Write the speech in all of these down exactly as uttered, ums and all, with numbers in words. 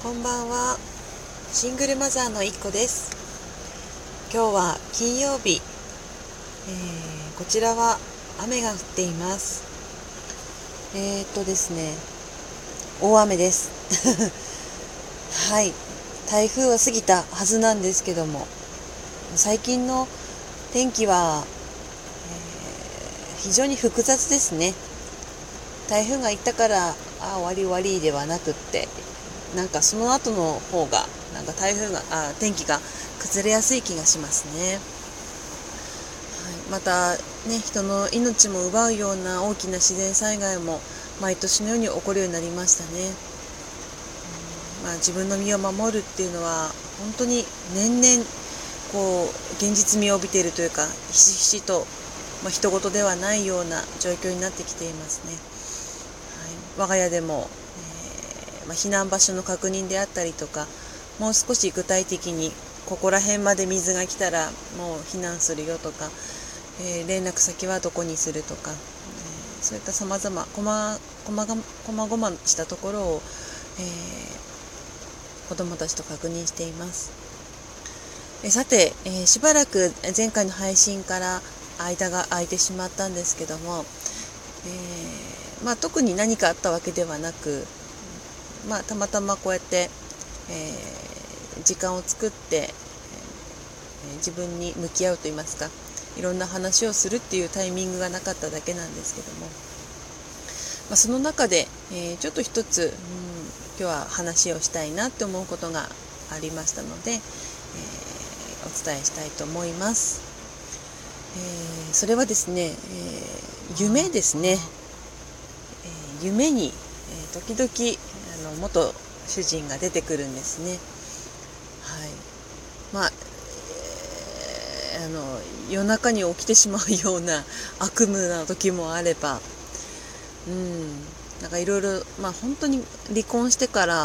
こんばんは。シングルマザーのいっこです。今日は金曜日、えー、こちらは雨が降っています。えー、っとですね大雨ですはい、台風は過ぎたはずなんですけども、最近の天気は、えー、非常に複雑ですね。台風が行ったからあ終わり終わりではなくって、なんかその後の方がなんか台風があ天気が崩れやすい気がしますね。はい、またね、人の命も奪うような大きな自然災害も毎年のように起こるようになりましたね。うん、まあ、自分の身を守るっていうのは本当に年々こう現実味を帯びているというか、ひしひしと、まあ、人事ではないような状況になってきていますね。はい、我が家でもまあ、避難場所の確認であったりとか、もう少し具体的にここら辺まで水が来たらもう避難するよとか、えー、連絡先はどこにするとか、えー、そういったさまざまこまごましたところを、えー、子どもたちと確認しています。えー、さて、えー、しばらく前回の配信から間が空いてしまったんですけども、えーまあ、特に何かあったわけではなく、まあ、たまたまこうやって、えー、時間を作って、えー、自分に向き合うといいますか、いろんな話をするっていうタイミングがなかっただけなんですけども、まあ、その中で、えー、ちょっと一つ、うん、今日は話をしたいなって思うことがありましたので、えー、お伝えしたいと思います。えー、それはですね、えー、夢ですね。えー、夢に、えー、時々あの元主人が出てくるんですね。はい。まあ、えー、あの夜中に起きてしまうような悪夢な時もあれば、うん、なんかいろいろ、まあ本当に離婚してから、うん、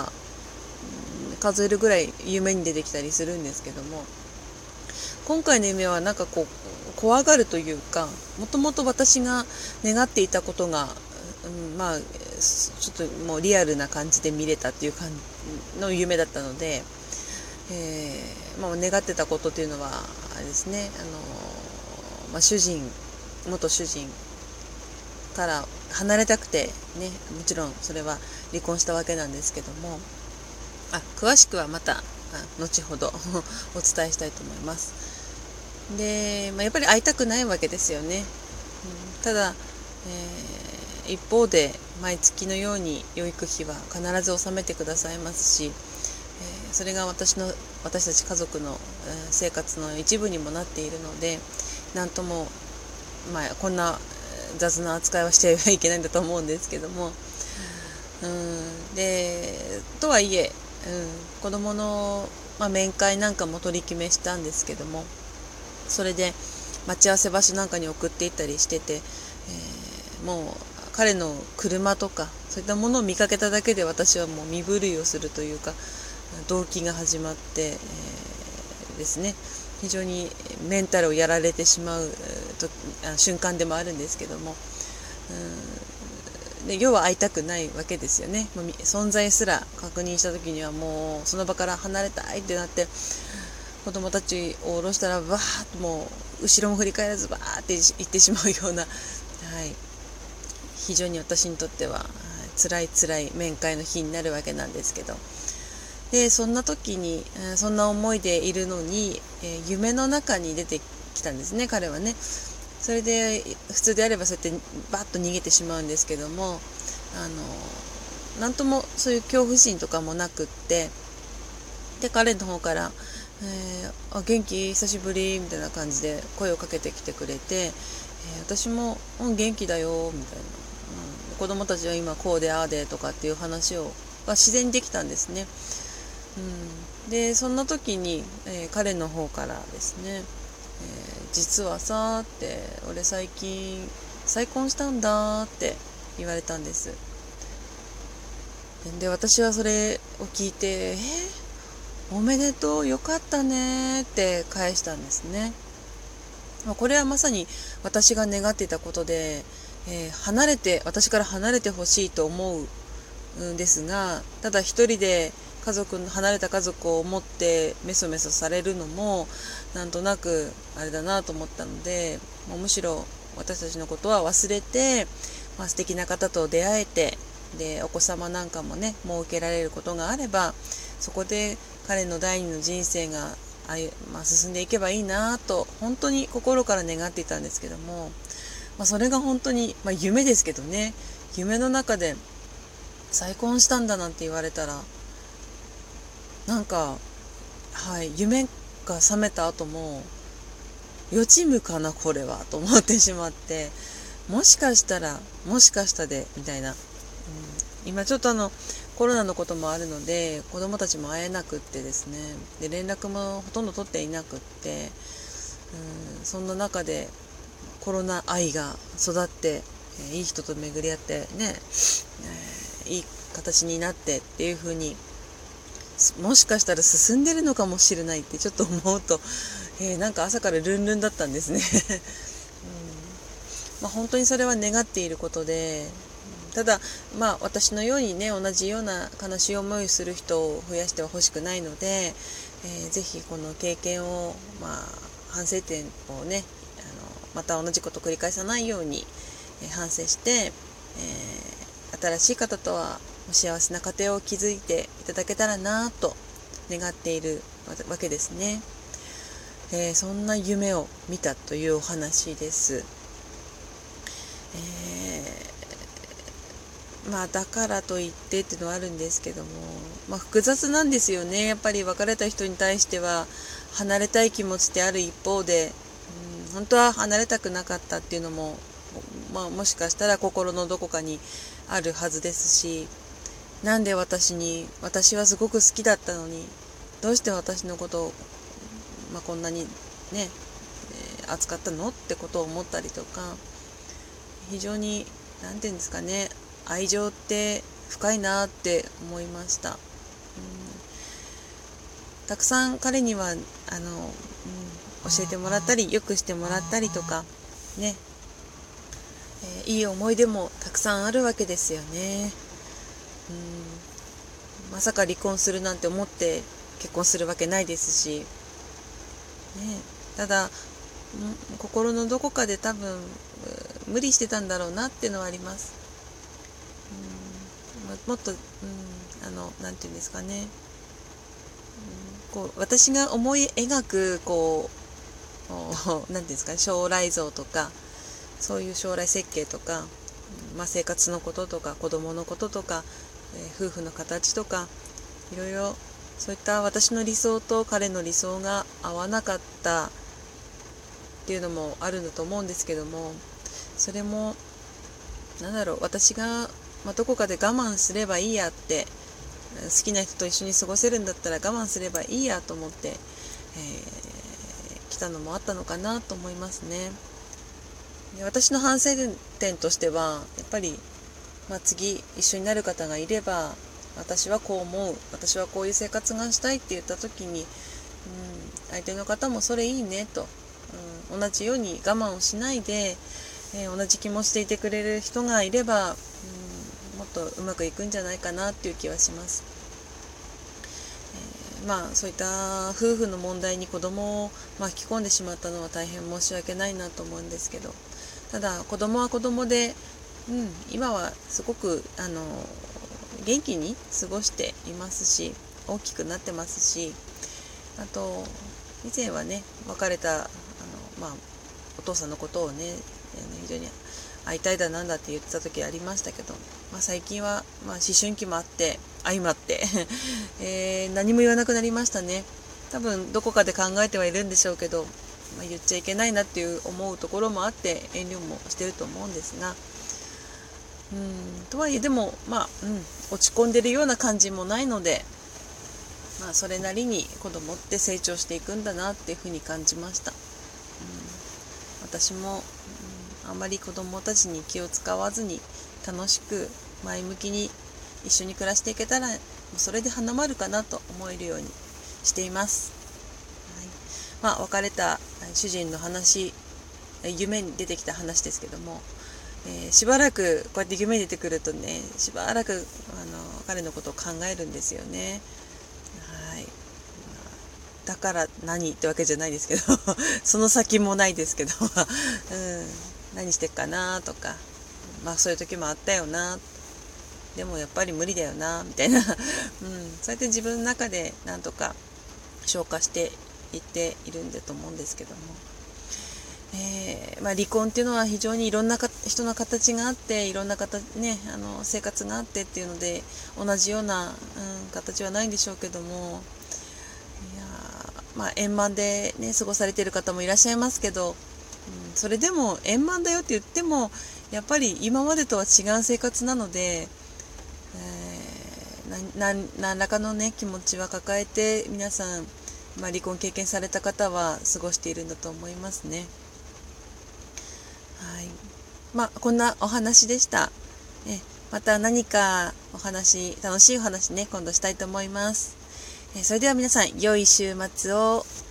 数えるぐらい夢に出てきたりするんですけども、今回の夢はなんかこう怖がるというか、もともと私が願っていたことが、うん、まあちょっともうリアルな感じで見れたっていう感じの夢だったので、えーまあ、願ってたことっていうのはあれですね、あの、まあ、主人元主人から離れたくてね、もちろんそれは離婚したわけなんですけども、あ詳しくはまた後ほどお伝えしたいと思います。で、まあ、やっぱり会いたくないわけですよね。うん、ただ、えー、一方で毎月のように養育費は必ず納めてくださいますし、えー、それが私の私たち家族の、えー、生活の一部にもなっているので、なんとも、まあ、こんな雑な扱いはしてはいけないんだと思うんですけども、うん、でとはいえ、うん、子どもの、まあ、面会なんかも取り決めしたんですけども、それで待ち合わせ場所なんかに送っていったりしてて、えー、もう彼の車とかそういったものを見かけただけで私はもう身震いをするというか、動悸が始まって、えー、ですね、非常にメンタルをやられてしまうと瞬間でもあるんですけども、うん、で要は会いたくないわけですよね。存在すら確認した時にはもうその場から離れたいってなって、子供たちを下ろしたらバーッともう後ろも振り返らずバーって行ってしまうような、はい、非常に私にとっては辛い辛い面会の日になるわけなんですけど、でそんな時にそんな思いでいるのに、えー、夢の中に出てきたんですね、彼はね。それで普通であればそうやってバッと逃げてしまうんですけども、あのなんともそういう恐怖心とかもなくって、で彼の方からえー、あ元気久しぶりみたいな感じで声をかけてきてくれて、えー、私も、うん、元気だよみたいな、うん、子供たちは今こうでああでとかっていう話をが自然にできたんですね。うん、でそんな時に、えー、彼の方からですね、えー、実はさって俺最近再婚したんだって言われたんです。で私はそれを聞いて、えーおめでとうよかったねって返したんですね。これはまさに私が願っていたことで、えー、離れて私から離れてほしいと思うんですが、ただ一人で家族の離れた家族を思ってメソメソされるのもなんとなくあれだなと思ったので、もうむしろ私たちのことは忘れて、まあ、素敵な方と出会えて、でお子様なんかもねもう受けられることがあれば、そこで彼の第二の人生があゆ、まあ、進んでいけばいいなと本当に心から願っていたんですけども、まあ、それが本当に、まあ、夢ですけどね、夢の中で再婚したんだなんて言われたら、なんか、はい、夢が覚めた後も予知夢かなこれはと思ってしまって、もしかしたらもしかしたでみたいな、うん、今ちょっとあのコロナのこともあるので子供たちも会えなくってですね、で連絡もほとんど取っていなくって、うん、そんな中でコロナ愛が育って、えー、いい人と巡り合ってね、えー、いい形になってっていう風に、もしかしたら進んでるのかもしれないってちょっと思うと、えー、なんか朝からルンルンだったんですね、うんまあ、本当にそれは願っていることで、ただまあ私のようにね同じような悲しい思いをする人を増やしてはほしくないので、えー、ぜひこの経験を、まあ、反省点をねあのまた同じことを繰り返さないように、えー、反省して、えー、新しい方とは幸せな家庭を築いていただけたらなと願っているわけですね、えー、そんな夢を見たというお話です、えー、まあだからといってっていうのはあるんですけども、まあ、複雑なんですよね。やっぱり別れた人に対しては離れたい気持ちってある一方で、うん、本当は離れたくなかったっていうのも、まあ、もしかしたら心のどこかにあるはずですし、なんで私に、私はすごく好きだったのに、どうして私のことを、まあ、こんなにね、えー、扱ったのってことを思ったりとか、非常に、なんていうんですかね、愛情って深いなって思いました。うん、たくさん彼には、あの、うん、教えてもらったり、よくしてもらったりとか、ね、えー、いい思い出もたくさんあるわけですよね。うん、まさか離婚するなんて思って結婚するわけないですし、ね、ただ心のどこかで多分無理してたんだろうなっていうのはあります。うん、もっと、うん、あのなんていうんですかね、うん、こう私が思い描くこうなんていうんですかね、将来像とかそういう将来設計とか、まあ、生活のこととか子供のこととか、えー、夫婦の形とかいろいろそういった私の理想と彼の理想が合わなかったっていうのもあるんだと思うんですけども、それもなんだろう、私が、まあ、どこかで我慢すればいいやって、好きな人と一緒に過ごせるんだったら我慢すればいいやと思って、えー、来たのもあったのかなと思いますね。で、私の反省点としてはやっぱり、まあ、次一緒になる方がいれば私はこう思う、私はこういう生活がしたいって言った時に、うん、相手の方もそれいいねと、うん、同じように我慢をしないで、えー、同じ気持ちでいてくれる人がいれば、うん、もっとうまくいくんじゃないかなっていう気はします。えー、まあそういった夫婦の問題に子供を巻き込んでしまったのは大変申し訳ないなと思うんですけど、ただ子供は子供で、うん、今はすごくあの元気に過ごしていますし、大きくなってますし、あと以前はね別れたあの、まあ、お父さんのことをね非常に会いたいだなんだって言ってた時ありましたけど、まあ、最近は、まあ、思春期もあって相まって、えー、何も言わなくなりましたね。多分どこかで考えてはいるんでしょうけど、まあ、言っちゃいけないなっていう思うところもあって遠慮もしてると思うんですが、うんとはいえでも、まあうん、落ち込んでるような感じもないので、まあ、それなりに子供って成長していくんだなっていうふうに感じました。うん、私も、うん、あんまり子供たちに気を使わずに楽しく前向きに一緒に暮らしていけたらそれで花丸かなと思えるようにしています。はい、まあ、別れた主人の話、夢に出てきた話ですけども、えー、しばらくこうやって夢に出てくるとね、しばらくあの彼のことを考えるんですよね。 はい、まあ、だから何ってわけじゃないですけどその先もないですけど、うん、何してっかなとか、まあそういう時もあったよな、でもやっぱり無理だよなみたいな、うん、そうやって自分の中でなんとか消化していっているんだと思うんですけども、えーまあ、離婚っていうのは非常にいろんなか人の形があって、いろんな形、ね、あの生活があってっていうので同じような、うん、形はないんでしょうけども、いや、まあ、円満で、ね、過ごされている方もいらっしゃいますけど、うん、それでも円満だよって言ってもやっぱり今までとは違う生活なので、えー、なな何らかの、ね、気持ちは抱えて皆さん、まあ、離婚経験された方は過ごしているんだと思いますね。はい、まあこんなお話でした。えまた何かお話、楽しいお話ね、今度したいと思います。えそれでは皆さん、良い週末を。